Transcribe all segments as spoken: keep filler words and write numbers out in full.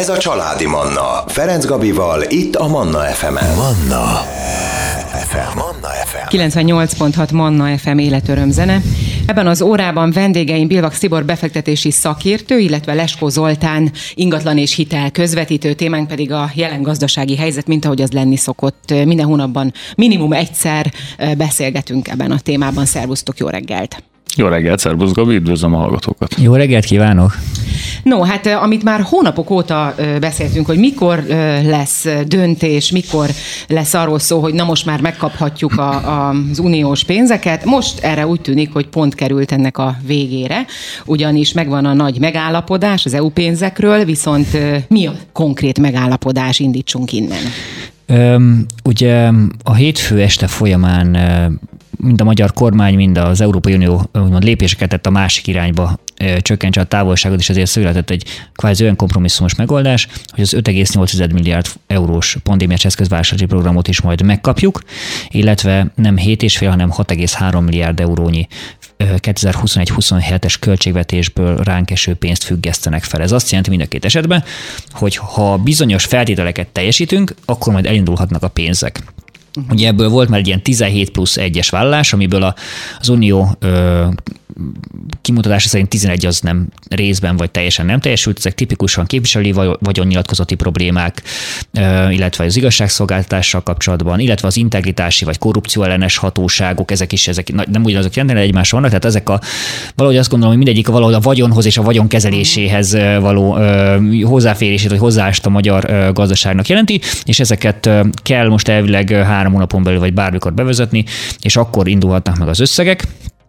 Ez a Családi Manna. Ferenc Gabival, itt a Manna ef emen. Manna ef em. Manna ef em. kilencvennyolc pont hat Manna ef em életöröm zene. Ebben az órában vendégeim Bilvax Tibor befektetési szakértő, illetve Leskó Zoltán ingatlan és hitel közvetítő, témánk pedig a jelen gazdasági helyzet, mint ahogy az lenni szokott. Minden hónapban minimum egyszer beszélgetünk ebben a témában. Szervusztok, jó reggelt! Jó reggelt, szervusz Gabi, üdvözlöm a hallgatókat! Jó reggelt kívánok! No, hát amit már hónapok óta beszéltünk, hogy mikor lesz döntés, mikor lesz arról szó, hogy na most már megkaphatjuk a, a, az uniós pénzeket. Most erre úgy tűnik, hogy pont került ennek a végére, ugyanis megvan a nagy megállapodás az é u pénzekről, viszont mi a konkrét megállapodás? Indítsunk innen. Üm, ugye a hétfő este folyamán mind a magyar kormány, mind az Európai Unió úgymond lépéseket tett a másik irányba, csökkentse a távolságot, és ezért született egy kvázi olyan kompromisszumos megoldás, hogy az öt egész nyolc milliárd eurós pandémiás eszközvásárlási programot is majd megkapjuk, illetve nem hét egész öt, hanem hat egész három milliárd eurónyi kétezer-huszonegy huszonhetes költségvetésből ránk eső pénzt függesztenek fel. Ez azt jelenti mind a két esetben, hogy ha bizonyos feltételeket teljesítünk, akkor majd elindulhatnak a pénzek. Uh-huh. Ugye ebből volt már egy ilyen tizenhét plusz egyes vállalás, amiből az Unió ö, kimutatása szerint tizenegy az nem részben vagy teljesen nem teljesült. Ezek tipikusan képviselői vagyonnyilatkozati problémák, ö, illetve az igazságszolgáltatással kapcsolatban, illetve az integritási vagy korrupció ellenes hatóságok, ezek is ezek nem ugyanazok jelenteni, egymásra vannak, tehát ezek a, valahogy azt gondolom, hogy mindegyik valahogy a vagyonhoz és a vagyon kezeléséhez való ö, hozzáférését vagy hozzáást a magyar ö, gazdaságnak jelenti, és ezeket ö, kell most elvileg három hónapon belül vagy bármikor bevezetni, és akkor indulhatnak meg az összegek,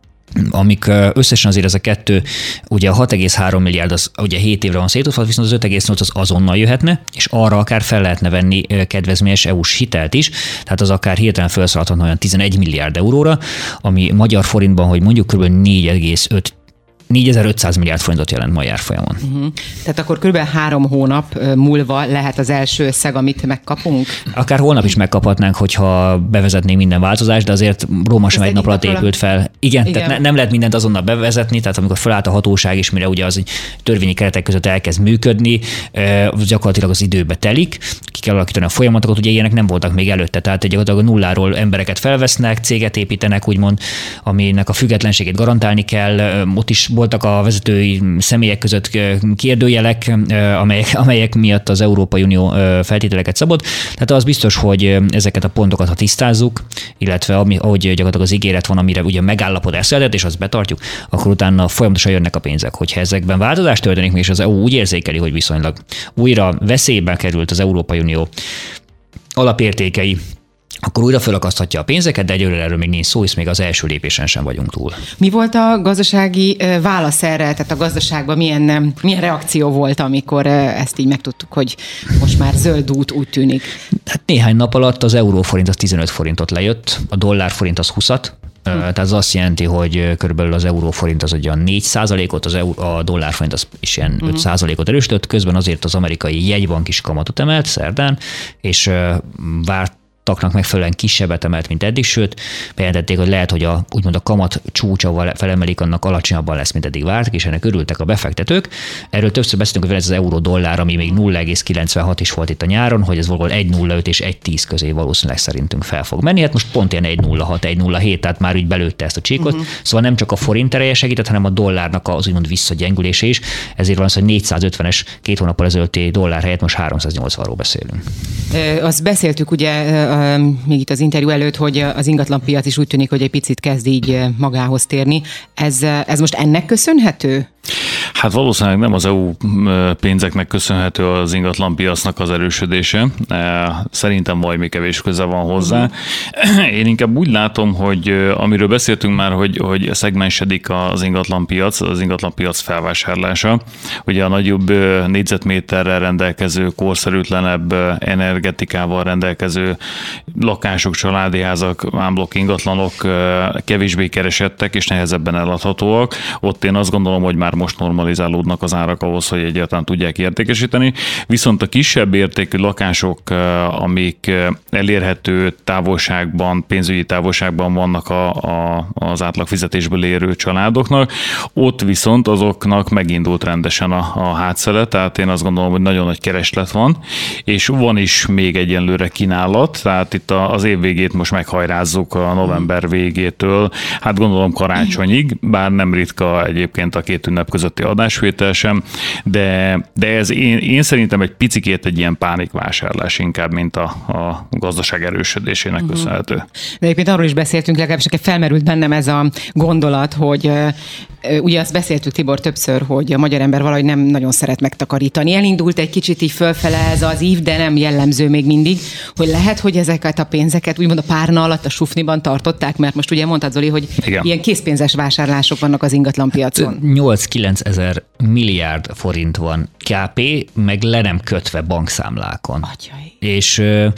amik összesen azért ez a kettő, ugye a hat egész három milliárd az ugye hét évre van szétosztva, viszont az öt egész nyolc az azonnal jöhetne, és arra akár fel lehetne venni kedvezményes é u-s hitelt is, tehát az akár hirtelen felszaladhatna olyan tizenegy milliárd euróra, ami magyar forintban, hogy mondjuk kb. négy egész öt négyezer-ötszáz milliárd forintot jelent mai árfolyamon. Uh-huh. Tehát akkor kb. három hónap múlva lehet az első összeg, amit megkapunk? Akár holnap is megkaphatnánk, hogyha bevezetnénk minden változást, de azért Róma sem egy nap alatt épült fel. Igen, Igen. tehát ne, nem lehet mindent azonnal bevezetni, tehát amikor felállt a hatóság is, mire ugye az törvényi keretek között elkezd működni, gyakorlatilag az időbe telik, ki kell alakítani a folyamatokat, ugye ilyenek nem voltak még előtte, tehát gyakorlatilag a nulláról embereket felvesznek, céget építenek, úgymond, aminek a függetlenségét garantálni kell, ott is voltak a vezetői személyek között kérdőjelek, amelyek, amelyek miatt az Európai Unió feltételeket szabott. Tehát az biztos, hogy ezeket a pontokat, ha tisztázzuk, illetve ami, ahogy gyakorlatilag az ígéret van, amire ugye megállapodás született, és azt betartjuk, akkor utána folyamatosan jönnek a pénzek. Hogyha ezekben változás történik, és az é u úgy érzékeli, hogy viszonylag újra veszélybe került az Európai Unió alapértékei, akkor újra felakaszthatja a pénzeket, de egyelőre erről még nincs szó, hisz még az első lépésen sem vagyunk túl. Mi volt a gazdasági válasz erre, tehát a gazdaságban milyen, milyen reakció volt, amikor ezt így megtudtuk, hogy most már zöld út úgy tűnik? Hát néhány nap alatt az euróforint az tizenöt forintot lejött, a dollárforint az húszat, Hmm. Tehát az azt jelenti, hogy körülbelül az euróforint az olyan négy százalékot, az euró, a dollárforint az is ilyen hmm. öt százalékot erősödött, közben azért az amerikai jegybank is kamatot emelt szerdán, és várt taknak megfelelően kisebbet emelt, mint eddig, sőt, bejelentették, hogy lehet, hogy a, úgymond a kamat csúcsa felemelik, annak alacsonyabban lesz, mint eddig vártak, és ennek örültek a befektetők. Erről többször beszéltünk, hogy ez az euró-dollár, ami még nulla egész kilencvenhat is volt itt a nyáron, hogy ez valahol egy egész nulla öt és egy egész tíz közé valószínűleg szerintünk fel fog menni. Hát most pont ilyen egy egész nulla hat, egy egész nulla hét, tehát már úgy belőtte ezt a csíkot. Uh-huh. Szóval nem csak a forint ereje segített, hanem a dollárnak az úgymond visszagyengülése is. Ezért van az, hogy négyszázötvenes két hónappal ezelőtti dollár helyett most háromszáznyolcvanról beszélünk. Ö, azt beszéltük ugye még itt az interjú előtt, hogy az ingatlanpiac is úgy tűnik, hogy egy picit kezd így magához térni. Ez, ez most ennek köszönhető? Hát valószínűleg nem az é u pénzeknek köszönhető az ingatlanpiacnak az erősödése. Szerintem valami kevés köze van hozzá. Én inkább úgy látom, hogy amiről beszéltünk már, hogy, hogy szegmensedik az ingatlanpiac, az ingatlanpiac felvásárlása. Ugye a nagyobb négyzetméterrel rendelkező, korszerűtlenebb energetikával rendelkező lakások, családi házak, ámblokk ingatlanok kevésbé keresettek és nehezebben eladhatóak. Ott én azt gondolom, hogy már most normalizálódnak az árak ahhoz, hogy egyáltalán tudják értékesíteni. Viszont a kisebb értékű lakások, amik elérhető távolságban, pénzügyi távolságban vannak a, a, az átlagfizetésből érő családoknak, ott viszont azoknak megindult rendesen a, a hátszele, tehát én azt gondolom, hogy nagyon nagy kereslet van, és van is még egyenlőre kínálat, tehát itt az év végét most meghajrázzuk a november végétől, hát gondolom karácsonyig, bár nem ritka egyébként a két ünnep közötti adásvétel sem, de, de ez én, én szerintem egy picikét egy ilyen pánikvásárlás inkább, mint a, a gazdaság erősödésének uh-huh. köszönhető. De egyébként arról is beszéltünk, legalábbis felmerült bennem ez a gondolat, hogy ugye azt beszéltük, Tibor, többször, hogy a magyar ember valahogy nem nagyon szeret megtakarítani. Elindult egy kicsit így fölfele ez az ív, de nem jellemző még mindig, hogy lehet, hogy ezeket a pénzeket úgymond a párna alatt a sufniban tartották, mert most ugye mondtad, Zoli, hogy igen, ilyen készpénzes vásárlások vannak az ingatlanpiacon. nyolc-kilenc ezer milliárd forint van ká pé, meg le nem kötve bankszámlákon. Atyai. És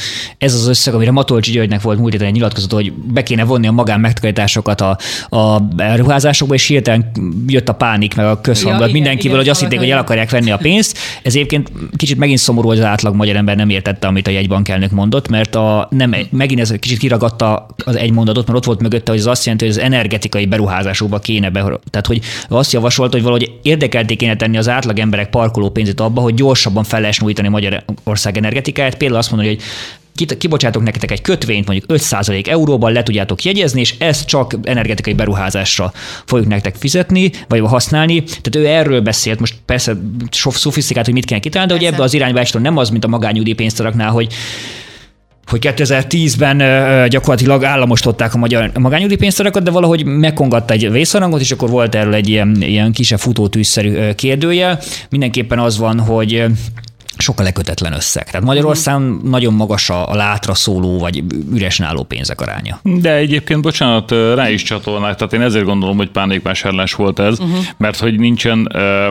ez az összeg, amire Matolcsy Györgynek volt múlt héten egy nyilatkozat, hogy be kéne vonni a magán megtakarításokat a, a ruházásokba, és hirtelen jött a pánik, meg a közhangulat ja, mindenkiből, hogy azt hitték, hogy el akarják venni a pénzt. Ez egyébként kicsit megint szomorú, hogy az átlag magyar ember nem értette, amit a jegybankelnök mondott, mert a, nem, megint ez kicsit kiragadta az egy mondatot, mert ott volt mögötte, hogy ez azt jelenti, hogy az energetikai beruházásokba kéne be. Tehát, hogy azt javasolt, hogy valahogy érdekelté kéne tenni az átlag emberek parkoló pénzét abba, hogy gyorsabban fel lehessen újítani Magyarország energetikáját. Például azt mondani, hogy kibocsátok nektek egy kötvényt mondjuk öt százalék euróban, le tudjátok jegyezni, és ezt csak energetikai beruházásra fogjuk nektek fizetni, vagy használni. Tehát ő erről beszélt, most persze sok szofisztikált, hogy mit kell kitalálni, de hogy ebbe az irányba eston nem az, mint a magánnyugdíj pénztaraknál, hogy hogy kétezer-tízben gyakorlatilag államosították a magyar magányúdi pénztarakat, de valahogy megkongatta egy vészharangot, és akkor volt erről egy ilyen, ilyen kisebb futótűzszerű kérdőjel. Mindenképpen az van, hogy sokkal lekötetlen összeg. Tehát Magyarországon mm. nagyon magas a, a látra szóló, vagy üresen álló pénzek aránya. De egyébként, bocsánat, rá is csatolnák, tehát én ezért gondolom, hogy pánikvásárlás volt ez, uh-huh. mert hogy nincsen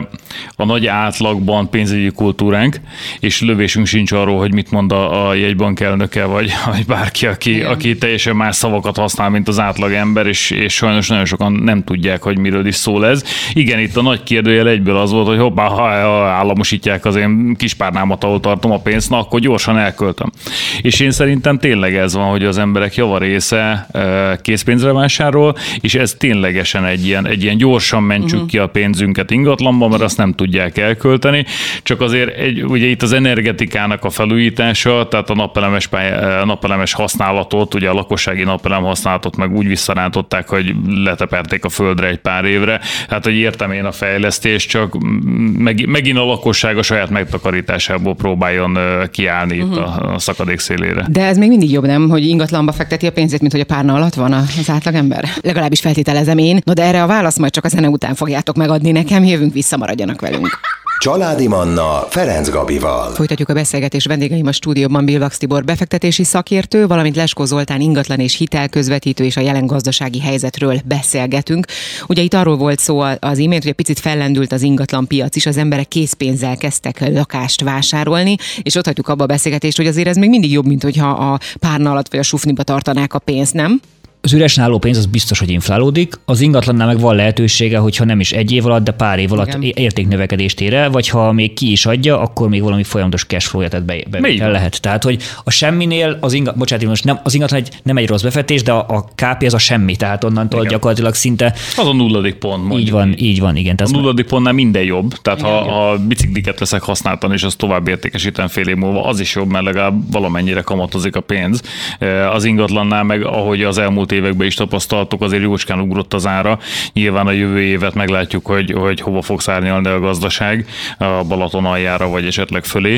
a nagy átlagban pénzügyi kultúránk, és lövésünk sincs arról, hogy mit mond a, a jegybank elnöke, vagy, vagy bárki, aki, aki teljesen más szavakat használ, mint az átlag ember, és, és sajnos nagyon sokan nem tudják, hogy miről is szól ez. Igen, itt a nagy kérdőjel egyből az volt, hogy hoppá, ha államosítják az én kis párnámat, ahol tartom a pénzt, na, akkor gyorsan elköltöm. És én szerintem tényleg ez van, hogy az emberek javarésze készpénzre vásárol, és ez ténylegesen egy ilyen, egy ilyen gyorsan mentsük uh-huh. ki a pénzünket ingatlanba, mert azt nem tudják elkölteni. Csak azért egy, ugye itt az energetikának a felújítása, tehát a napelemes, pályá, napelemes használatot, ugye a lakossági napelem használatot meg úgy visszarántották, hogy leteperték a földre egy pár évre. Hát, hogy értem én a fejlesztést, csak meg, megint a lakosság a saját megtakarításából próbáljon kiállni uh-huh. itt a, a szakadék szélére. De ez még mindig jobb, nem, hogy ingatlanba fekteti a pénzét, mint hogy a párna alatt van az átlagember? Legalábbis feltételezem én. No, de erre a választ majd csak a zene után fogjátok megadni nekem, jövünk vissza, maradjanak velünk. Családi Manna Ferenc Gabival. Folytatjuk a beszélgetés, vendégeim a stúdióban Bilvax Tibor befektetési szakértő, valamint Leskó Zoltán ingatlan és hitelközvetítő, és a jelen gazdasági helyzetről beszélgetünk. Ugye itt arról volt szó az imént, hogy egy picit fellendült az ingatlan piac is, az emberek készpénzzel kezdtek lakást vásárolni, és ott hagyjuk abba a beszélgetést, hogy azért ez még mindig jobb, mint hogyha a párna alatt vagy a sufniba tartanák a pénzt, nem? Az üresen álló pénz az biztos, hogy inflálódik. Az ingatlannál meg van lehetősége, hogyha nem is egy év alatt, de pár év alatt igen. értéknövekedést ér el, vagy ha még ki is adja, akkor még valami folyamatos cashflow-ját be, be lehet. Tehát, hogy a semminél az ingatlan, bocsánat, most nem, az ingatlan egy, nem egy rossz befektetés, de a, a ká pé az a semmi, tehát onnantól igen. gyakorlatilag szinte... Az a nulladik pont, mondjuk. Így van, így van, igen. A nulladik pontnál minden jobb, tehát igen, ha igen. a bicikliket veszek használtan, és az tovább értékesítem fél év múlva, az is jobb, mert legalább valamennyire kamatozik a pénz. Az ingatlannál meg, ahogy az elmúlt években is tapasztaltuk, azért jócskán ugrott az ára. Nyilván a jövő évet meglátjuk, hogy, hogy hova fog szárnyalni a gazdaság, a Balaton aljára, vagy esetleg fölé,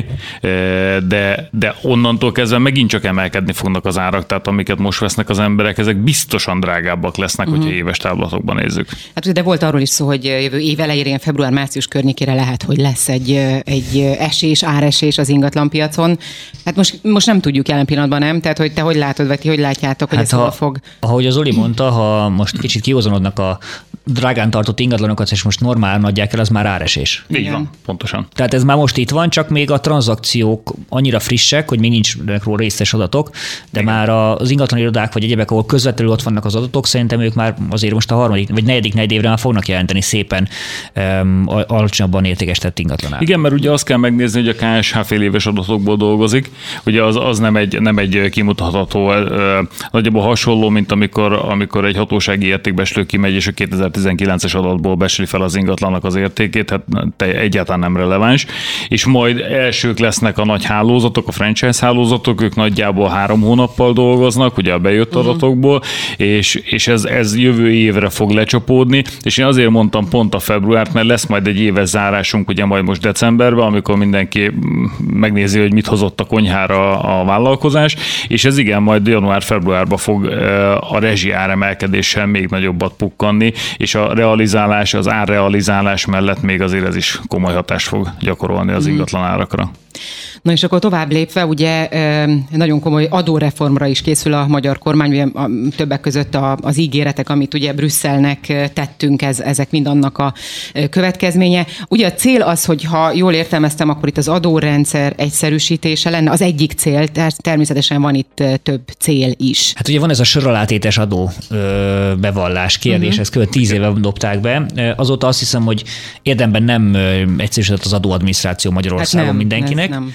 de, de onnantól kezdve megint csak emelkedni fognak az árak, tehát amiket most vesznek az emberek, ezek biztosan drágábbak lesznek, uh-huh. hogyha éves táblatokban nézzük. Hát de volt arról is szó, hogy jövő év elején, február-március környékére lehet, hogy lesz egy, egy esés, áresés az ingatlanpiacon. Hát most, most nem tudjuk jelen pillanatban, nem? Tehát, hogy te hogy látod, vagy ti hogy látjátok, hogy hát ez hol fog? Ahogy az Zoli mondta, ha most kicsit kihozonodnak a drágán tartott ingatlanokat, és most normálon adják el, az már áresés. Így Igen. van, pontosan. Tehát ez már most itt van, csak még a tranzakciók annyira frissek, hogy még nincsenek róla részletes adatok, de Igen. már az ingatlan irodák vagy egyebek, ahol közvetlenül ott vannak az adatok, szerintem ők már azért most a harmadik vagy negyedik negyed évre már fognak jelenteni szépen um, alacsonyabban értékesített ingatlanát. Igen, mert ugye azt kell megnézni, hogy a ká es há fél éves adatokból dolgozik, ugye az, az nem, egy, nem egy kimutatható, nagyjából hasonló, mint amikor, amikor egy hatósági értékbeslő kimegy, és a kétezer-tizenkilences adatból besli fel az ingatlannak az értékét, hát egyáltalán nem releváns, és majd elsők lesznek a nagy hálózatok, a franchise hálózatok, ők nagyjából három hónappal dolgoznak, ugye a bejött uh-huh. adatokból, és, és ez, ez jövő évre fog lecsapódni, és én azért mondtam pont a februárt, mert lesz majd egy éves zárásunk, ugye majd most decemberben, amikor mindenki megnézi, hogy mit hozott a konyhára a vállalkozás, és ez igen, majd január-februárban fog a rezsi áremelkedéssel még nagyobbat pukkanni, és a realizálás, az árrealizálás mellett még azért ez is komoly hatást fog gyakorolni az ingatlan árakra. Na és akkor tovább lépve, ugye nagyon komoly adóreformra is készül a magyar kormány, ugye többek között az ígéretek, amit ugye Brüsszelnek tettünk, ez, ezek mind annak a következménye. Ugye a cél az, hogy ha jól értelmeztem, akkor itt az adórendszer egyszerűsítése lenne, az egyik cél, természetesen van itt több cél is. Hát ugye van ez a soralátétes adó bevallás kérdés, uh-huh. ezt kb. tíz éve dobták be. Azóta azt hiszem, hogy érdemben nem egyszerűsített az adóadminisztráció Magyarországon hát nem, mindenkinek. Nem.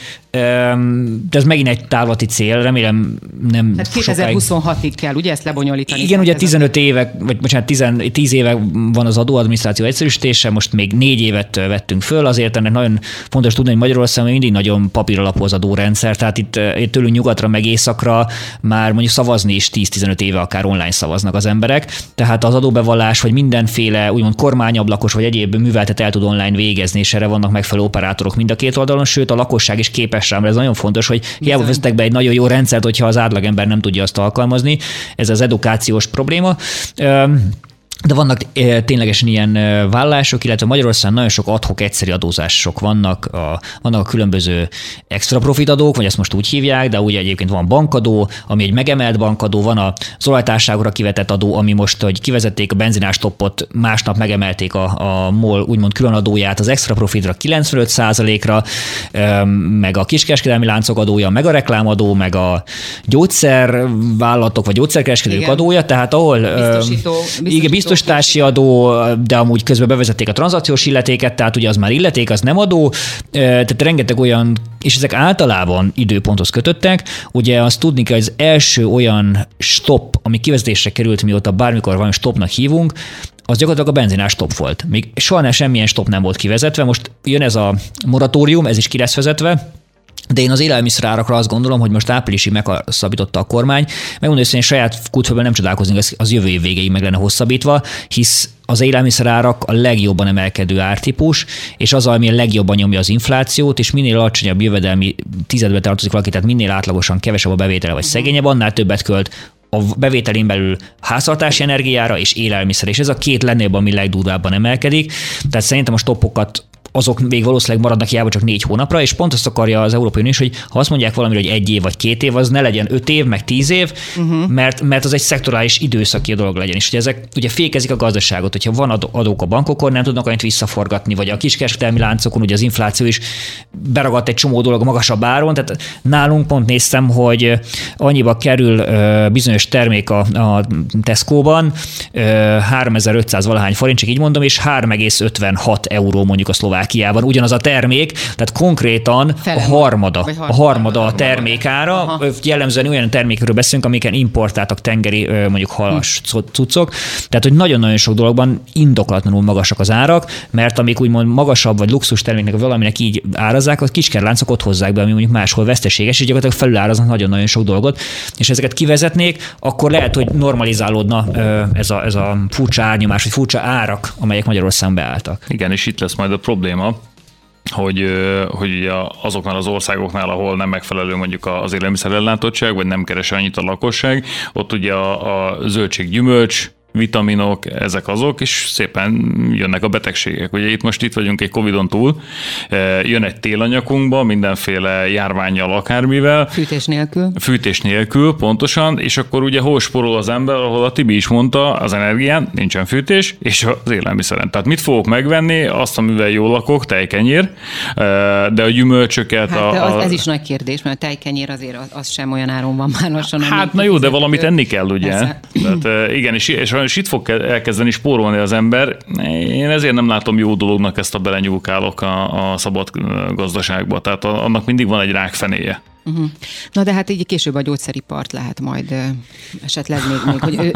De ez megint egy távlati cél, remélem nem hát kétezer-huszonhatig kell, ugye ezt lebonyolítani? Igen, ugye tizenöt évek, vagy bocsánat, tíz éve van az adóadminisztráció egyszerűsítése, most még négy évet vettünk föl, azért ennek nagyon fontos tudni, hogy Magyarországon mindig nagyon papíralapú az adórendszer, tehát itt, itt tőlünk nyugatra meg északra már mondjuk szavazni is tíz-tizenöt éve akár online szavaznak az emberek, tehát az adóbevallás, vagy mindenféle úgymond kormányablakos, vagy egyéb műveletet el tud online végezni, és erre vannak megfelelő operátorok mind a két oldalon, sőt a lakosság is képes rá, mert ez nagyon fontos, hogy hiába vezetek be egy nagyon jó rendszert, hogyha az átlagember nem tudja azt alkalmazni. Ez az edukációs probléma. De vannak ténylegesen ilyen vállások, illetve Magyarországon nagyon sok ad-hoc egyszeri adózások vannak, a, vannak a különböző extra profit adók, vagy ezt most úgy hívják, de ugye egyébként van bankadó, ami egy megemelt bankadó, van az olajtársaságokra kivetett adó, ami most, hogy kivezették a benzinás toppot, másnap megemelték a, a MOL úgymond külön adóját az extra profitra kilencvenöt százalékra, meg a kiskereskedelmi láncok adója, meg a reklámadó, meg a gyógyszervállalatok, vagy gyógyszerkereskedők adója, tehát ahol... Biztosító, biztosító biztosítási adó, de amúgy közben bevezették a tranzakciós illetéket, tehát ugye az már illeték, az nem adó, tehát rengeteg olyan, és ezek általában időponthoz kötöttek. Ugye azt tudni kell, hogy az első olyan stop, ami kivezetésre került, mióta bármikor valami stopnak hívunk, az gyakorlatilag a benzinás stop volt. Még soha nem, semmilyen stop nem volt kivezetve, most jön ez a moratórium, ez is ki lesz vezetve, de én az élelmiszerárakra azt gondolom, hogy most áprilisig meghosszabbította a kormány. Megmondom, hogy én saját kútfőből nem csodálkoznék, az, az jövő év végéig meg lenne hosszabbítva, hisz az élelmiszerárak a legjobban emelkedő ártípus, és az, ami a legjobban nyomja az inflációt, és minél alacsonyabb jövedelmi tizedbe tartozik valaki, tehát minél átlagosan kevesebb a bevétele vagy szegényebb, annál többet költ a bevételén belül háztartási energiára és élelmiszer, és ez a két lennébb, ami legdurvábban emelkedik. Tehát szerintem a stoppokat azok még valószínűleg maradnak hiába csak négy hónapra, és pont azt akarja az Európai Unió is, hogy ha azt mondják valamire, hogy egy év vagy két év, az ne legyen öt év, meg tíz év, uh-huh. mert, mert az egy szektorális időszaki dolog legyen. És ugye ezek ugye fékezik a gazdaságot, hogyha van adók a bankokon, nem tudnak annyit visszaforgatni, vagy a kiskereskedelmi láncokon, ugye az infláció is beragadt egy csomó dolog magasabb áron, tehát nálunk pont néztem, hogy annyiba kerül bizonyos termék a, a Tesco-ban, háromezer-ötszáz valahány forint, csak így mondom, és három egész ötvenhat euró mondjuk a Szlovákiában ugyanaz a termék, tehát konkrétan Fele a harmada, a harmada a termékára. Aha. Jellemzően olyan termékről beszélünk, amiken importáltak tengeri mondjuk halas cuccok. Tehát, hogy nagyon-nagyon sok dologban indoklatlanul magasak az árak, mert amik úgymond magasabb vagy luxus terméknek valaminek így árazzák, a kiskerláncok ott hozzák be, ami mondjuk máshol veszteséges, és gyakorlatilag felüláraznak nagyon-nagyon sok dolgot, és ezeket kivezetnék, akkor lehet, hogy normalizálódna ez a, ez a furcsa árnyomás, vagy furcsa árak, amelyek Magyarországon beálltak. Igen, és itt lesz majd a probléma, hogy, hogy azoknál az országoknál, ahol nem megfelelő mondjuk az élelmiszerellátottság, vagy nem keres annyit a lakosság, ott ugye a, a zöldség, gyümölcs vitaminok, ezek azok, és szépen jönnek a betegségek. Ugye itt most itt vagyunk egy Covidon túl, jön egy télanyakunkba, mindenféle járvánnyal, akármivel. Fűtés nélkül. Fűtés nélkül, pontosan, és akkor ugye hol spórol az ember, ahol a Tibi is mondta, az energián, nincsen fűtés, és az élelmiszeren. Tehát mit fogok megvenni? Azt, amivel jól lakok, tejkenyér, de a gyümölcsöket... Hát a, az, a... ez is nagy kérdés, mert a tejkenyér azért az, az sem olyan áron van már lassan. Hát na jó, de valamit enni kell, ugye? Tehát, igen, és, és és itt fog elkezdeni spórolni az ember. Én ezért nem látom jó dolognak ezt a belenyúlkálok a, a szabad gazdaságba. Tehát annak mindig van egy rákfenéje. Uh-huh. Na de hát így később a gyógyszeripart lehet majd uh, esetleg még, még hogy ő...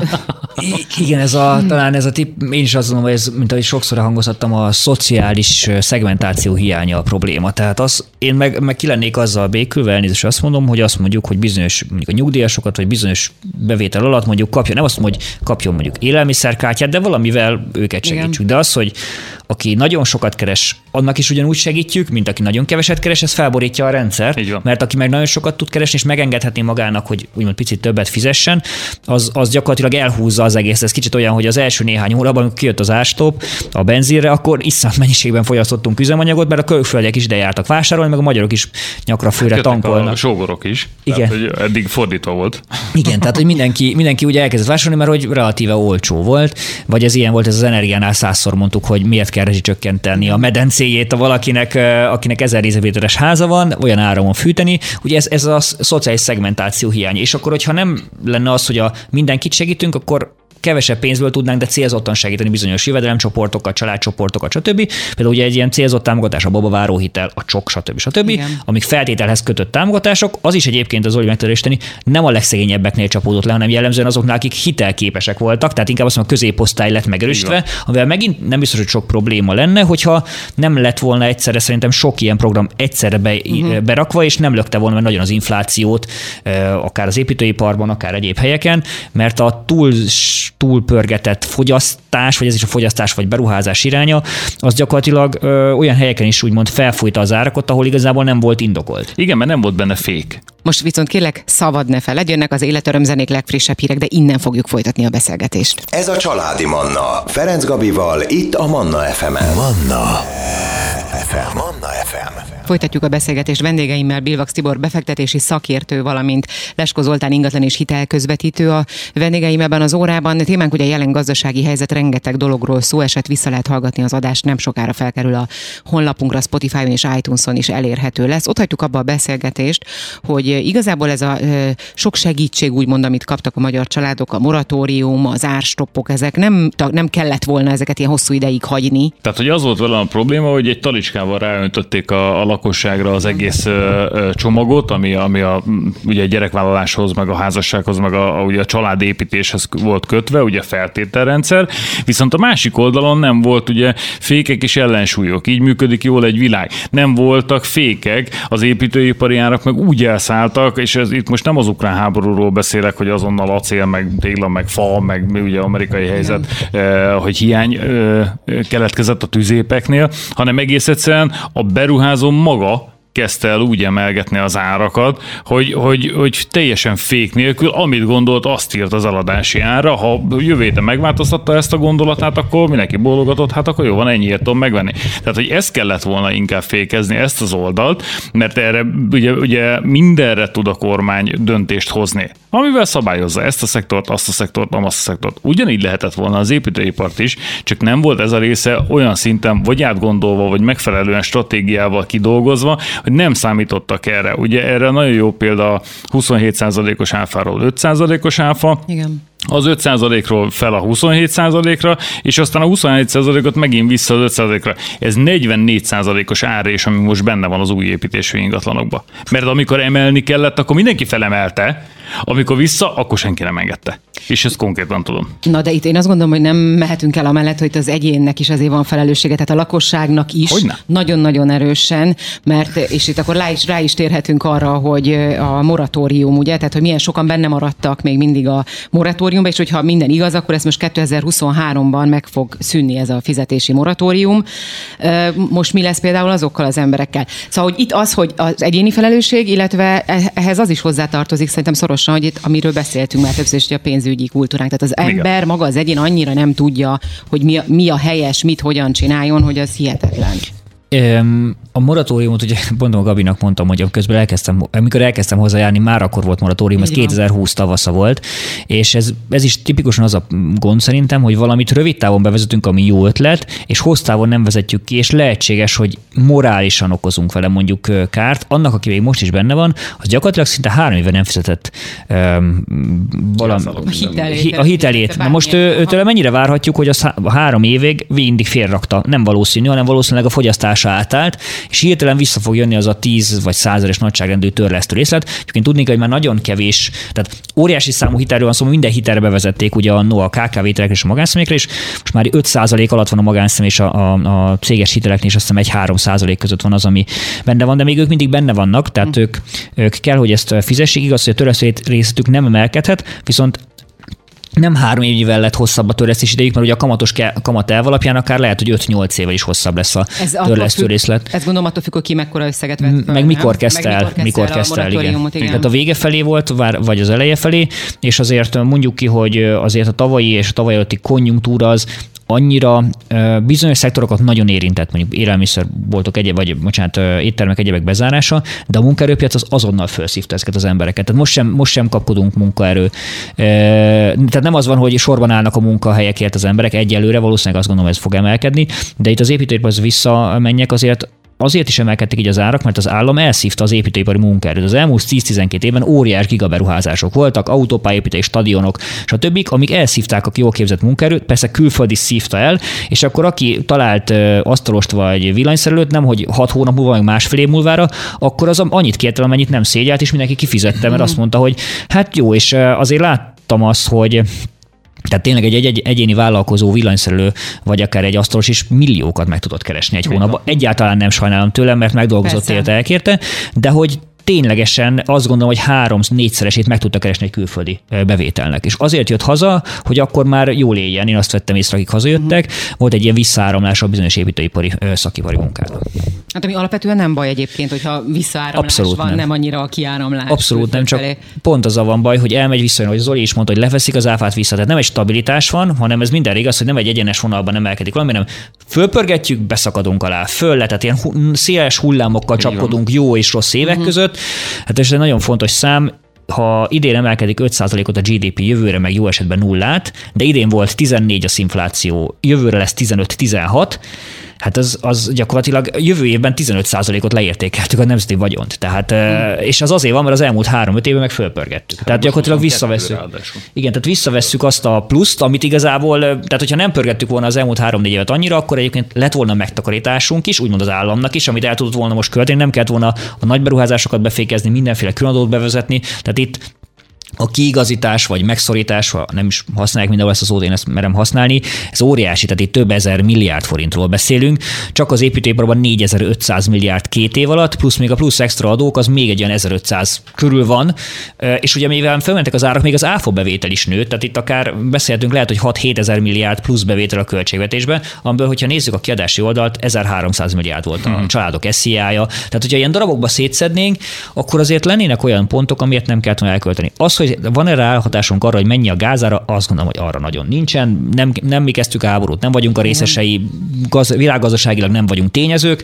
Igen, ez a, talán ez a tipp, én is azt mondom, hogy ez, mint ahogy sokszor hangoztattam, a szociális szegmentáció hiánya a probléma. Tehát az, én meg, meg ki lennék azzal békülve, elnézést azt mondom, hogy azt mondjuk, hogy bizonyos mondjuk a nyugdíjasokat, vagy bizonyos bevétel alatt mondjuk kapjon, nem azt mondom, hogy kapjon mondjuk élelmiszerkártyát, de valamivel őket segítsük. Igen. De az, hogy aki nagyon sokat keres, annak is ugyanúgy segítjük, mint aki nagyon keveset keres, ez felborítja a rendszert, mert aki meg nagyon sokat tud keresni, és megengedhetné magának, hogy úgymond picit többet fizessen, az, az gyakorlatilag elhúzza az egész. Ez kicsit olyan, hogy az első néhány órában, amikor kijött az árstop a benzinre, akkor iszonyat mennyiségben fogyasztottunk üzemanyagot, mert a külföldiek is ide jártak vásárolni, meg a magyarok is nyakra főre tankolnak. A sógorok is. Igen. Tehát, hogy eddig fordítva volt. Igen, tehát hogy mindenki, mindenki ugye elkezdett vásárolni, mert hogy relatíve olcsó volt, vagy ez ilyen volt, ez az energiánál százszor mondtuk, hogy miért kell rezsicsökkenteni a medencéjét a valakinek, akinek ezer négyzetméteres háza van, olyan áramon fűteni. Ugye ez, ez a szociális szegmentáció hiány. És akkor, hogyha nem lenne az, hogy a mindenkit segítünk, akkor kevesebb pénzből tudnánk, de célzottan segíteni bizonyos jövedelemcsoportokat, családcsoportokat, stb. Például ugye egy ilyen célzott támogatás, a babaváróhitel, a csok, stb. stb. Igen. Amik feltételhez kötött támogatások, az is egyébként az Zoli megtörésíteni nem a legszegényebbeknél csapódott le, hanem jellemzően azoknál, akik hitelképesek voltak, tehát inkább azt mondom, a középosztály lett megerősítve, amivel megint nem biztos, hogy sok probléma lenne, hogyha nem lett volna egyszerre szerintem sok ilyen program egyszerre be, uh-huh. berakva, és nem lökte volna nagyon az inflációt, akár az építőiparban, akár egyéb helyeken, mert a túl túlpörgetett fogyasztás, vagy ez is a fogyasztás vagy beruházás iránya, az gyakorlatilag ö, olyan helyeken is úgymond felfújta az árakat, ahol igazából nem volt indokolt. Igen, mert nem volt benne fék. Most viszont kérlek, szavad ne feled, jönnek az életörömzenék legfrissebb hírek, de innen fogjuk folytatni a beszélgetést. Ez a Családi Manna, Ferenc Gabival, itt a Manna ef emen. Manna ef em. Manna ef em. Folytatjuk a beszélgetést vendégeimmel, Bilvax Tibor befektetési szakértő, valamint Lesko Zoltán ingatlan és hitelközvetítő a vendégeim ebben az órában. Témánk ugye jelen gazdasági helyzet, rengeteg dologról szó esett, vissza lehet hallgatni az adást, nem sokára felkerül a honlapunkra, Spotify-on és iTunes-on is elérhető lesz. Ott hagytuk abba a beszélgetést, hogy igazából ez a sok segítség, úgymond, amit kaptak a magyar családok, a moratórium, az árstoppok, ezek nem, nem kellett volna ezeket ilyen hosszú ideig hagyni. Tehát, hogy az volt vele a probléma, hogy egy talicskával ráöntötték a, a lakosságra az egész ö, csomagot, ami, ami a, ugye a gyerekvállaláshoz, meg a házassághoz, meg a, a, ugye a családépítéshez volt kötve, ugye feltételrendszer, viszont a másik oldalon nem volt ugye fékek és ellensúlyok, így működik jól egy világ. Nem voltak fékek, az építőipari árak meg úgy elszálltak, és ez, itt most nem az ukrán háborúról beszélek, hogy azonnal acél, meg tégla, meg fa, meg ugye amerikai helyzet, eh, hogy hiány eh, keletkezett a tüzépeknél, hanem egész egyszerűen a beruházó maga kezdte el úgy emelgetni az árakat, hogy, hogy, hogy teljesen fék nélkül, amit gondolt, azt írt az eladási ára. Ha jövő héten megváltoztatta ezt a gondolatát, akkor mindenki bólogatott, hát akkor jó van, ennyiért tudom megvenni. Tehát, hogy ezt kellett volna inkább fékezni, ezt az oldalt, mert erre ugye, ugye mindenre tud a kormány döntést hozni, amivel szabályozza ezt a szektort, azt a szektort, azt a szektort. Ugyanígy lehetett volna az építőipart is, csak nem volt ez a része olyan szinten, vagy átgondolva, vagy megfelelően stratégiával kidolgozva, hogy nem számítottak erre. Ugye erre nagyon jó példa a huszonhét százalékos áfáról öt százalékos áfa. Igen. Az öt százalékról fel a huszonhét százalékra, és aztán a huszonhét százalékot megint vissza az öt százalékra. Ez negyvennégy százalékos árrés, ami most benne van az új építésű ingatlanokban. Mert amikor emelni kellett, akkor mindenki felemelte, amikor vissza, akkor senki nem engedte. És ezt konkrétan tudom. Na de itt én azt gondolom, hogy nem mehetünk el amellett, hogy az egyénnek is azért van felelőssége, tehát a lakosságnak is Hogyne? nagyon-nagyon erősen, mert, és itt akkor rá is, rá is térhetünk arra, hogy a moratórium, ugye, tehát hogy milyen sokan benne maradtak még mindig a moratóriumban, és hogyha minden igaz, akkor ez most kétezer-huszonháromban meg fog szűnni ez a fizetési moratórium. Most mi lesz például azokkal az emberekkel? Szóval, hogy itt az, hogy az egyéni felelősség, illetve ehhez az is hozzátartozik szerintem szorosan, pontosan, hogy itt, amiről beszéltünk már többször, hogy a pénzügyi kultúránk. Tehát az ember Igen. maga, az egyén annyira nem tudja, hogy mi a, mi a helyes, mit hogyan csináljon, hogy az hihetetlen. A moratóriumot, ugye pont a Gabinak mondtam, hogy közben elkezdtem, amikor elkezdtem hozzájárni, már akkor volt moratórium, ez kétezer-húsz tavasza volt, és ez, ez is tipikusan az a gond szerintem, hogy valamit rövid távon bevezetünk, ami jó ötlet, és hossztávon nem vezetjük ki, és lehetséges, hogy morálisan okozunk vele mondjuk kárt. Annak, aki még most is benne van, az gyakorlatilag szinte három éve nem fizetett um, valami, a hitelét. A hitelét. Na most őtől mennyire várhatjuk, hogy az a három évig mindig félrakta? Nem valószínű, hanem valószínűleg a fogyasztás átállt, és hirtelen vissza fog jönni az a tíz vagy százeres nagyságrendű törlesztő részlet. Egyébként tudni kell, hogy már nagyon kevés, tehát óriási számú hitelről van szó, minden hitelre bevezették ugye a, a ká ká vé-telekre és a magánszemélyekre, és most már öt százalék alatt van a magánszemély és a, a, a céges hiteleknél, és azt hiszem egy-három százalék között van az, ami benne van, de még ők mindig benne vannak, tehát mm. ők, ők kell, hogy ezt fizessék. Igaz, hogy a törlesztő részletük nem emelkedhet, viszont nem három évvel lett hosszabb a törlesztés idejük, mert ugye a kamatos kamat elv alapján akár lehet, hogy öt-nyolc évvel is hosszabb lesz a törlesztő részlet. Ez gondolom attól függ, hogy ki mekkora összeget vett fel. Meg mikor kezdte el, mikor kezdte el, igen. igen. Tehát a vége felé volt, vagy az eleje felé, és azért mondjuk ki, hogy azért a tavalyi és a tavaly előtti konjunktúra az annyira bizonyos szektorokat nagyon érintett, mondjuk élelmiszerboltok, egyéb, vagy bocsánat, éttermek, egyebek bezárása, de a munkaerőpiac az azonnal felszívta ezeket az embereket. Tehát most sem, most sem kapkodunk munkaerő. Tehát nem az van, hogy sorban állnak a munkahelyekért az emberek, egyelőre valószínűleg azt gondolom, ez fog emelkedni, de itt az építőiparhoz visszamenjek, azért azért is emelkedtek így az árak, mert az állam elszívta az építőipari munkaerőt. Az elmúlt tíz-tizenkét évben óriás gigaberuházások voltak, autópályaépítés, stadionok, stb., amik elszívták a jól képzett munkaerőt, persze külföldi szívta el, és akkor aki talált asztalost vagy villanyszerelőt, nem hogy hat hónap múlva, vagy másfél év múlvára, akkor az annyit kért el, amennyit nem szégyelt, és mindenki kifizette, mert azt mondta, hogy hát jó, és azért láttam azt, hogy tehát tényleg egy, egy egyéni vállalkozó villanyszerelő, vagy akár egy asztalos is milliókat meg tudott keresni egy hónapban. Egyáltalán nem sajnálom tőlem, mert megdolgozott élet elkérte, de hogy ténylegesen azt gondolom, hogy három-négyszeresét meg tudta keresni egy külföldi bevételnek. És azért jött haza, hogy akkor már jól éljen. Én azt vettem észre, akik hazajöttek. Volt egy ilyen visszaáramlás a bizonyos építőipari, szakipari munkára. Hát ami alapvetően nem baj egyébként, hogyha visszaáramlás Abszolút van, nem. nem annyira a kiáramlás. Abszolút nem, csak felé. Pont az a van baj, hogy elmegy vissza, hogy Zoli is mondta, hogy leveszik az áfát vissza. Tehát nem egy stabilitás van, hanem ez minden igaz, hogy nem egy egyenes vonalban emelkedik valami, hanem fölpörgetjük, beszakadunk alá, föl, tehát ilyen széles hullámokkal csapkodunk jó és rossz évek uh-huh. között. Hát ez egy nagyon fontos szám. Ha idén emelkedik öt százalékot a gé dé pé, jövőre meg jó esetben nullát, de idén volt tizennégy az infláció, jövőre lesz tizenöt-tizenhat, hát az, az gyakorlatilag jövő évben tizenöt százalékot leértékeltük a nemzeti vagyont. Tehát, hmm. És az azért van, mert az elmúlt három-öt évben meg fölpörgettük. Hát tehát gyakorlatilag visszavesszük. Igen, tehát visszavesszük azt a pluszt, amit igazából, tehát hogyha nem pörgettük volna az elmúlt három-négy évet annyira, akkor egyébként lett volna megtakarításunk is, úgymond az államnak is, amit el tudott volna most költeni, nem kellett volna a nagy beruházásokat befékezni, mindenféle különadót bevezetni. Tehát itt a kiigazítás vagy megszorítás, ha nem is használják mindenhol ezt az szót, én ezt merem használni, ez óriási, tehát itt több ezer milliárd forintról beszélünk, csak az építőiparban négyezer-ötszáz milliárd két év alatt, plusz még a plusz extra adók, az még egy olyan ezerötszáz körül van, és ugye mivel felmentek az árak, még az áfa bevétel is nőtt, tehát itt akár beszélhetünk, lehet, hogy hat-hét ezer milliárd plusz bevétel a költségvetésben, amiből, hogyha nézzük a kiadási oldalt, ezerháromszáz milliárd volt a hmm. családok es zé á-ja, tehát hogyha ilyen darabokba szétszednénk, akkor azért lennének olyan pontok, amiért nem kellett volna elkölteni. Az, hogy van-e ráhatásunk arra, hogy mennyi a gázára, azt gondolom, hogy arra nagyon nincsen. Nem, nem mi kezdtük a háborút, nem vagyunk a részesei, gaz, világgazdaságilag nem vagyunk tényezők,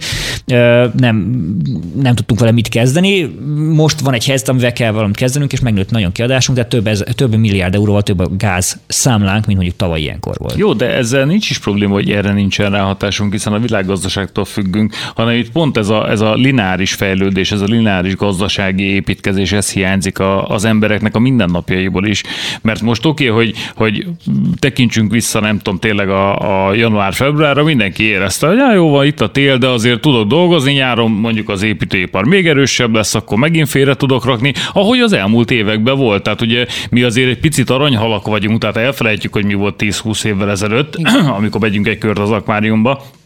nem, nem tudtunk vele mit kezdeni. Most van egy helyzet, amivel kell valamit kezdenünk, és megnőtt nagyon kiadásunk, de több, ez, több milliárd euróval több a gáz számlánk, mint mondjuk tavaly ilyenkor volt. Jó, de ezzel nincs is probléma, hogy erre nincsen ráhatásunk, hiszen a világgazdaságtól függünk, hanem itt pont ez a, ez a lineáris fejlődés, ez a lineáris gazdasági építkezés, ez hiányzik a, az embereknek a mindennapjaiból is. Mert most oké, okay, hogy, hogy tekintsünk vissza, nem tudom, tényleg a, a január-februárra, mindenki érezte, hogy já, jó van, itt a tél, de azért tudok dolgozni, nyáron mondjuk az építőipar még erősebb lesz, akkor megint félre tudok rakni, ahogy az elmúlt években volt. Tehát ugye mi azért egy picit aranyhalak vagyunk, tehát elfelejtjük, hogy mi volt tíz-húsz évvel ezelőtt, amikor megyünk egy kört az akváriumba.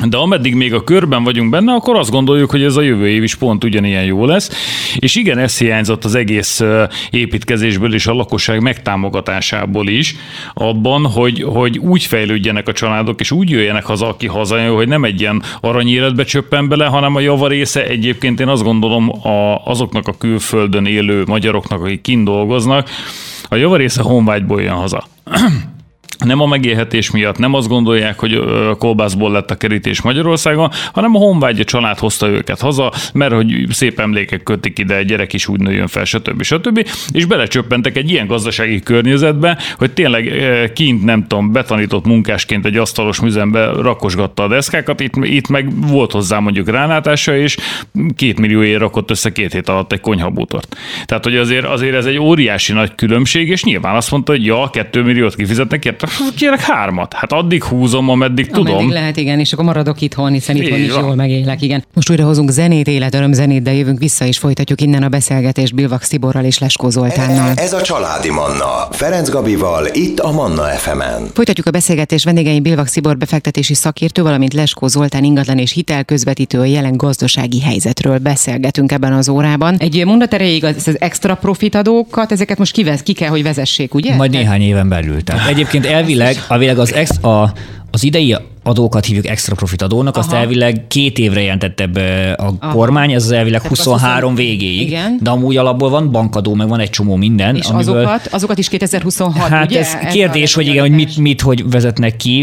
De ameddig még a körben vagyunk benne, akkor azt gondoljuk, hogy ez a jövő év is pont ugyanilyen jó lesz. És igen, ez hiányzott az egész építkezésből és a lakosság megtámogatásából is, abban, hogy, hogy úgy fejlődjenek a családok, és úgy jöjjenek haza, aki hazajön, hogy nem egy ilyen aranyéletbe csöppen bele, hanem a javarésze egyébként én azt gondolom a, azoknak a külföldön élő magyaroknak, akik kint dolgoznak, a javarésze honvágyból jön haza. Nem a megélhetés miatt, nem azt gondolják, hogy kolbászból lett a kerítés Magyarországon, hanem a honvágyi család hozta őket haza, mert hogy szép emlékek kötik ide, egy gyerek is úgy nőjön fel, stb. stb. És belecsöppentek egy ilyen gazdasági környezetbe, hogy tényleg kint, nem tudom, betanított munkásként egy asztalos műzembe rakosgatta a deszkákat, itt, itt meg volt hozzá mondjuk rálátása, és két millióért rakott össze két hét alatt egy konyhabútort. Tehát, hogy azért, azért ez egy óriási nagy különbség, és nyilván azt mondta, hogy ja, kettő milliót kifizetnek, érte, kérlek hármat. Hát addig húzom, ameddig tudom. Ameddig lehet, igen, és akkor maradok itthon, hiszen itthon is jól megélek, igen. Most újra hozunk zenét, életöröm zenét, de jövünk vissza, és folytatjuk innen a beszélgetést Bilvax Tiborral és Leskó Zoltánnal. Ez a Családi Manna, Ferenc Gabival, itt a Manna ef emen. Folytatjuk a beszélgetést, vendégeim Bilvax Tibor befektetési szakértő, valamint Leskó Zoltán ingatlan és hitelközvetítő, a jelen gazdasági helyzetről beszélgetünk ebben az órában. Egy mondat erejéig az, az extra profitadókat, ezeket most kivez, ki kell, hogy vezessék, ugye? Majd néhány éven belül. Tehát egyébként elvileg, elvileg az, ex, a, az idei adókat hívjuk extra profit adónak, azt Aha. elvileg két évre jelentette be a Aha. kormány, ez az elvileg huszonhárom végéig, igen. De amúgy alapból van bankadó, meg van egy csomó minden. És amiből, azokat, azokat is kétezer-huszonhat, hát ugye? Ez kérdés, hogy igen, hogy mit, mit, hogy vezetnek ki.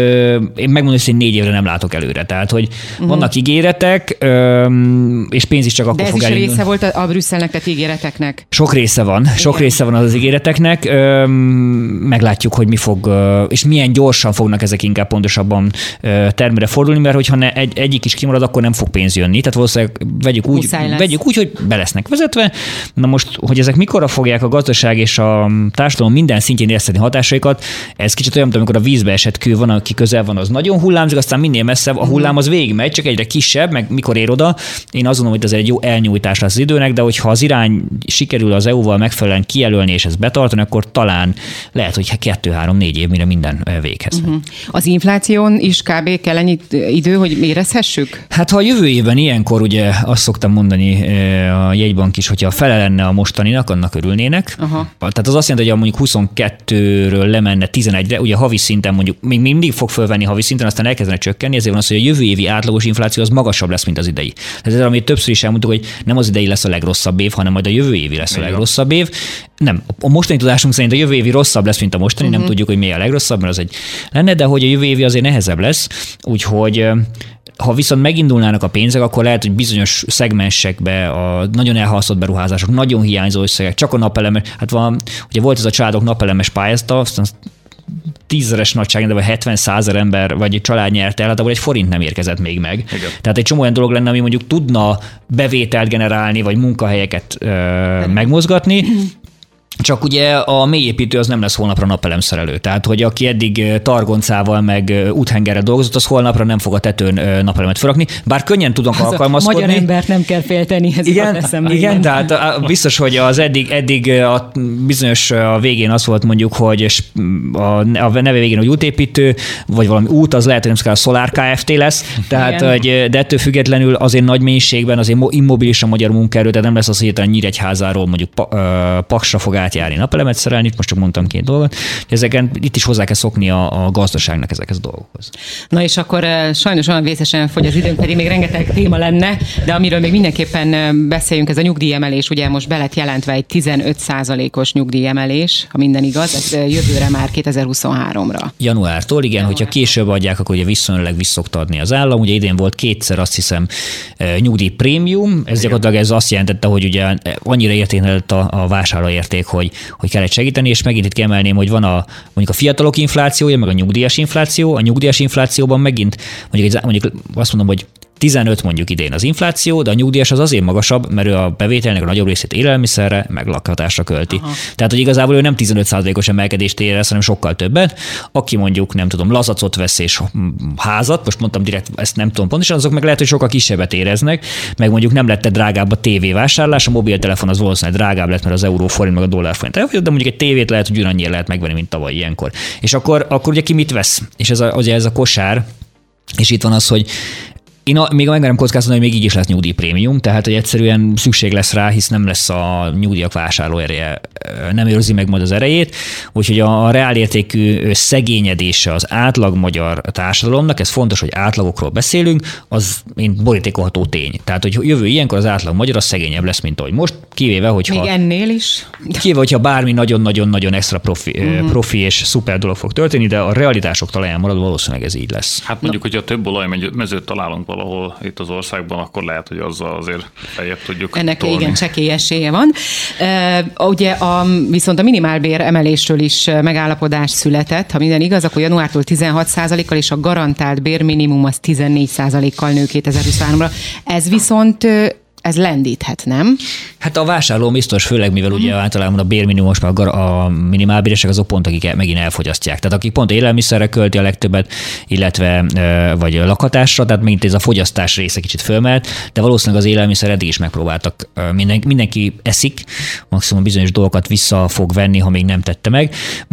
Én megmondom, hogy négy évre nem látok előre. Tehát, hogy uh-huh. vannak ígéretek, és pénz is csak akkor De fog ez is elindulni. része volt a Brüsszelnek tett ígéreteknek? Sok része van, igen. sok része van az, az ígéreteknek. Meglátjuk, hogy mi fog, és milyen gyorsan fognak ezek inkább pontosabban termére fordulni, mert hogyha ne, egy, egyik is kimarad, akkor nem fog pénz jönni. Tehát valószínűleg vegyük úgy, vegyük úgy, hogy be lesznek vezetve. Na most, hogy ezek mikorra fogják a gazdaság és a társadalom minden szintjén éreztetni hatásaikat, ez kicsit olyan, mint amikor a vízbe esett kő van, aki közel van, az nagyon hullámzik, aztán minél messzebb a hullám az végigmegy, csak egyre kisebb, meg mikor ér oda. Én azt gondolom, hogy ez egy jó elnyújtás lesz az időnek, de hogyha az irány sikerül az é u-val megfelelően kijelölni és ezt betartani, akkor talán lehet, hogy kettő, három, négy év, mire minden véghez. Uh-huh. Az infláción is kb. Kell ennyi idő, hogy érezhessük? Hát ha a jövő évben ilyenkor ugye azt szoktam mondani a jegybank is, hogyha fele lenne a mostaninak, annak örülnének. Aha. Tehát az azt jelenti, hogy mondjuk huszonkettőről lemenne tizenegyre, ugye havi szinten mondjuk még mindig fog fölvenni havi szinten, aztán elkezdene csökkenni, ezért van az, hogy a jövő évi átlagos infláció az magasabb lesz, mint az idei. Tehát ez, amit többször is elmondtuk, hogy nem az idei lesz a legrosszabb év, hanem majd a jövő évi lesz a legrosszabb év. Nem, a mostani tudásunk szerint a jövő évi rosszabb lesz, mint a mostani, uh-huh. nem tudjuk, hogy mi a legrosszabb, mert az egy lenne, de hogy a jövő évi azért nehezebb lesz, úgyhogy ha viszont megindulnának a pénzek, akkor lehet, hogy bizonyos szegmensekbe a nagyon elhalasztott beruházások, nagyon hiányzó összegek, csak a napelemes, hát van, ugye volt ez a családok napelemes pályázata, aztán tízezeres nagyságrendben, vagy hetven-százezer ember, vagy egy család nyert el, hát abból egy forint nem érkezett még meg. Igen. Tehát egy csomó olyan dolog lenne, ami mondjuk tudna bevételt generálni, vagy munkahelyeket ö, megmozgatni. Csak ugye a mélyépítő az nem lesz holnapra napelemszerelő. Tehát, hogy aki eddig targoncával meg úthengerrel dolgozott, az holnapra nem fog a tetőn napelemet felrakni. Bár könnyen tudunk az alkalmazkodni. Magyar embert nem kell félteni, ez igen, igen, igen, tehát biztos, hogy az eddig, eddig a bizonyos a végén az volt mondjuk, hogy a neve végén, hogy útépítő, vagy valami út, az lehet, hogy nem kell a Solar Kft. Lesz. Tehát, hogy, de ettől függetlenül azért nagy mennyiségben azért immobilis a magyar munkaerő, tehát nem lesz az, hogy hirtelen Nyíregyházáról mondjuk Paksra fog átjárni napelemet szerelni, itt most csak mondtam két dolgot, ezeken itt is hozzá kell szokni a, a gazdaságnak ezekhez a dolgokhoz. Na és akkor sajnos olyan vészesen fogy az időnk, pedig még rengeteg téma lenne, de amiről még mindenképpen beszéljünk, ez a nyugdíjemelés, ugye most be lett jelentve egy tizenöt százalékos nyugdíjemelés, ha minden igaz, ez jövőre már kétezer-huszonháromra. Januártól, igen, Január. Hogyha később adják, akkor ugye viszonylag vissza szokta adni az állam, ugye idén volt kétszer azt hiszem nyugdíjprémium, ez gyakorlatilag ez azt jelentette, hogy ugye annyira értékelett a, a vásárlóérték, hogy, hogy kellett segíteni, és megint itt kiemelném, hogy van a, mondjuk a fiatalok inflációja, meg a nyugdíjas infláció. A nyugdíjas inflációban megint mondjuk, mondjuk azt mondom, hogy tizenöt mondjuk idén az infláció, de a nyugdíjas az azért magasabb, mert ő a bevételnek a nagyobb részét élelmiszerre, meg lakhatásra költi. Aha. Tehát, hogy igazából ő nem tizenöt százalékos emelkedést érez, hanem sokkal többet. Aki mondjuk, nem tudom, lazacot vesz és házat, most mondtam direkt, ezt nem tudom pontosan, azok meg lehet, hogy sokkal kisebbet éreznek, meg mondjuk nem lett drágább a tévévásárlás, a mobiltelefon az valószínűleg drágább lett, mert az euró forint meg a dollár forint elfogyott, de mondjuk egy tévét lehet, hogy ugyanannyira lehet megvenni, mint tavaly ilyenkor. És akkor, akkor ugye ki mit vesz? És ez a, ugye ez a kosár, És itt van az, hogy én a, még megmerem kockáztatni, hogy még így is lesz nyugdíjprémium, tehát hogy egyszerűen szükség lesz rá, hisz nem lesz a nyugdíjak vásárlóereje, nem őrzi meg majd az erejét, úgyhogy a reálértékű szegényedése az átlag magyar társadalomnak, ez fontos, hogy átlagokról beszélünk, az mint borítékolható tény. Tehát, hogy jövő ilyenkor az átlag magyar az szegényebb lesz, mint ahogy most, kivéve, hogyha... Még ennél is? Kivéve, hogyha bármi nagyon-nagyon-nagyon extra profi, uh-huh. profi és szuper dolog fog történni, de a realitások talaján marad, valószínűleg ez így lesz. Hát mondjuk, no. hogyha több olajmezőt találunk valahol itt az országban, akkor lehet, hogy azzal azért feljebb tudjuk Ennek tolni. Igen, csekély esélye van. Uh, ugye a, viszont a minimálbér emelésről is megállapodás született. Ha minden igaz, akkor januártól tizenhat százalékkal és a garantált bérminimum az tizennégy százalékkal nő kétezer-huszonháromra. Ez viszont ez lendíthet, nem? Hát a vásárló biztos, főleg mivel ugye általában a bérminimumos, meg a minimálbéresek azok pont, akik megint elfogyasztják. Tehát akik pont élelmiszerre költi a legtöbbet, illetve vagy lakhatásra, tehát megint ez a fogyasztás része kicsit fölmelt, de valószínűleg az élelmiszer eddig is megpróbáltak. Mindenki, mindenki eszik, maximum bizonyos dolgokat vissza fog venni, ha még nem tette meg,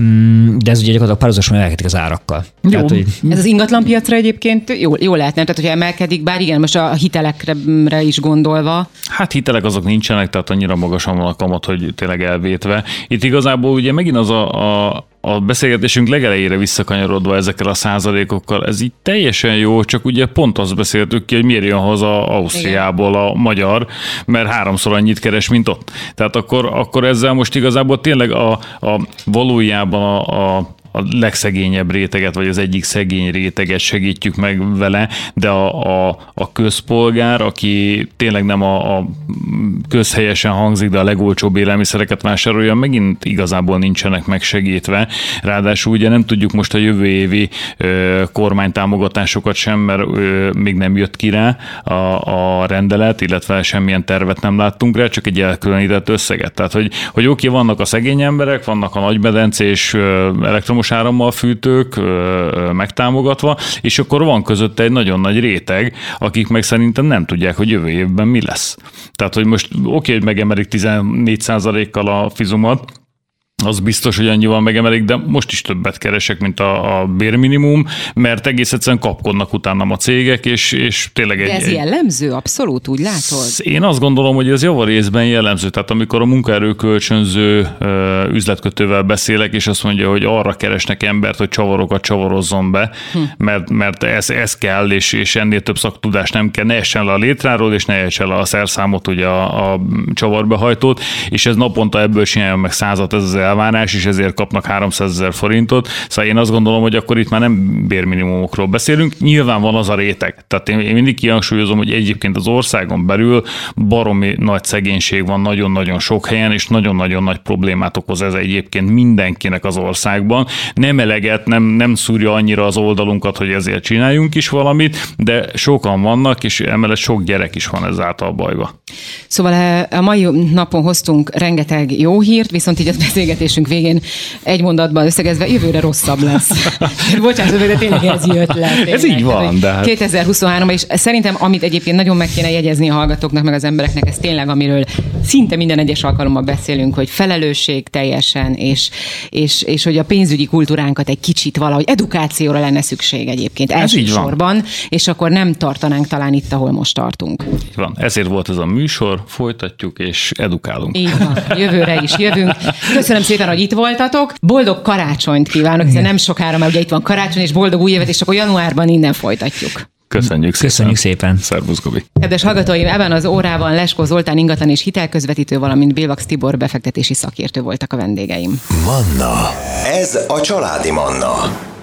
de ez ugye gyakorlatilag párhuzamosan emelkedik az árakkal. Jó. Tehát, hogy... Ez az ingatlanpiacra egyébként jó, jó lehet, nem? Tehát, hogyha emelkedik, bár igen, most a hitelekre is gondolva. Hát hitelek azok nincsenek, tehát annyira magasan van a kamat, hogy tényleg elvétve. Itt igazából ugye megint az a, a, a beszélgetésünk legelejére visszakanyarodva ezekkel a százalékokkal, ez így teljesen jó, csak ugye pont azt beszéltük ki, hogy miért jön haza Ausztriából a magyar, mert háromszor annyit keres, mint ott. Tehát akkor, akkor ezzel most igazából tényleg a, a valójában a, a a legszegényebb réteget, vagy az egyik szegény réteget segítjük meg vele, de a, a, a közpolgár, aki tényleg nem a, a közhelyesen hangzik, de a legolcsóbb élelmiszereket vásárolja, megint igazából nincsenek megsegítve. Ráadásul ugye nem tudjuk most a jövő évi ö, kormánytámogatásokat sem, mert ö, még nem jött ki rá a, a rendelet, illetve semmilyen tervet nem láttunk rá, csak egy elkülönített összeget. Tehát, hogy, hogy oké, vannak a szegény emberek, vannak a nagymedencés elektromos árammal fűtők megtámogatva, és akkor van között egy nagyon nagy réteg, akik meg szerintem nem tudják, hogy jövő évben mi lesz. Tehát, hogy most oké, hogy megemelik tizennégy százalékkal a fizumat, az biztos, hogy annyival megemelik, de most is többet keresek, mint a, a bérminimum, mert egész egyszerűen kapkodnak utánam a cégek, és, és tényleg egy... De ez jellemző? Abszolút, úgy látod? Én azt gondolom, hogy ez javarészben jellemző. Tehát amikor a munkaerőkölcsönző üzletkötővel beszélek, és azt mondja, hogy arra keresnek embert, hogy csavarokat csavarozzon be, hm. mert, mert ez, ez kell, és, és ennél több szaktudás nem kell, ne essen le a létráról, és ne essen le a szerszámot, ugye a, a csavarbehajtót, és ez naponta ebből csinálja meg százat, ez az elvárás, és ezért kapnak háromszázezer forintot. Szóval én azt gondolom, hogy akkor itt már nem bérminimumokról beszélünk. Nyilván van az a réteg. Tehát én, én mindig kihangsúlyozom, hogy egyébként az országon belül baromi nagy szegénység van nagyon-nagyon sok helyen, és nagyon-nagyon nagy problémát okoz ez egyébként mindenkinek az országban. Nem eleget, nem, nem szúrja annyira az oldalunkat, hogy ezért csináljunk is valamit, de sokan vannak, és emellett sok gyerek is van ezáltal bajba. Szóval a mai napon hoztunk rengeteg jó hírt, viszont így a beszélgetésünk végén egy mondatban összegezve jövőre rosszabb lesz. Bocsánat, de tényleg ez jött le. Tényleg. Ez így van, de hát... kétezer-huszonháromban, és szerintem, amit egyébként nagyon meg kéne jegyezni a hallgatóknak, meg az embereknek, ez tényleg, amiről szinte minden egyes alkalommal beszélünk, hogy felelősség teljesen, és, és, és hogy a pénzügyi kultúránkat egy kicsit valahogy edukációra lenne szükség egyébként elsősorban, és akkor nem tartanánk talán itt, ahol most tartunk. Így van. Ezért volt ez a műsor, folytatjuk és edukálunk. Így van. Jövőre is jövünk. Köszönöm szépen, hogy itt voltatok. Boldog karácsonyt kívánok, hiszen nem sokára már ugye itt van karácsony, és boldog új évet, és akkor januárban innen folytatjuk. Köszönjük szépen. Köszönjük szépen. Szervusz, Gabi. Kedves hallgatóim, ebben az órában Leskó Zoltán ingatlan és hitelközvetítő, valamint Bilvax Tibor befektetési szakértő voltak a vendégeim. Manna. Ez a családi Manna.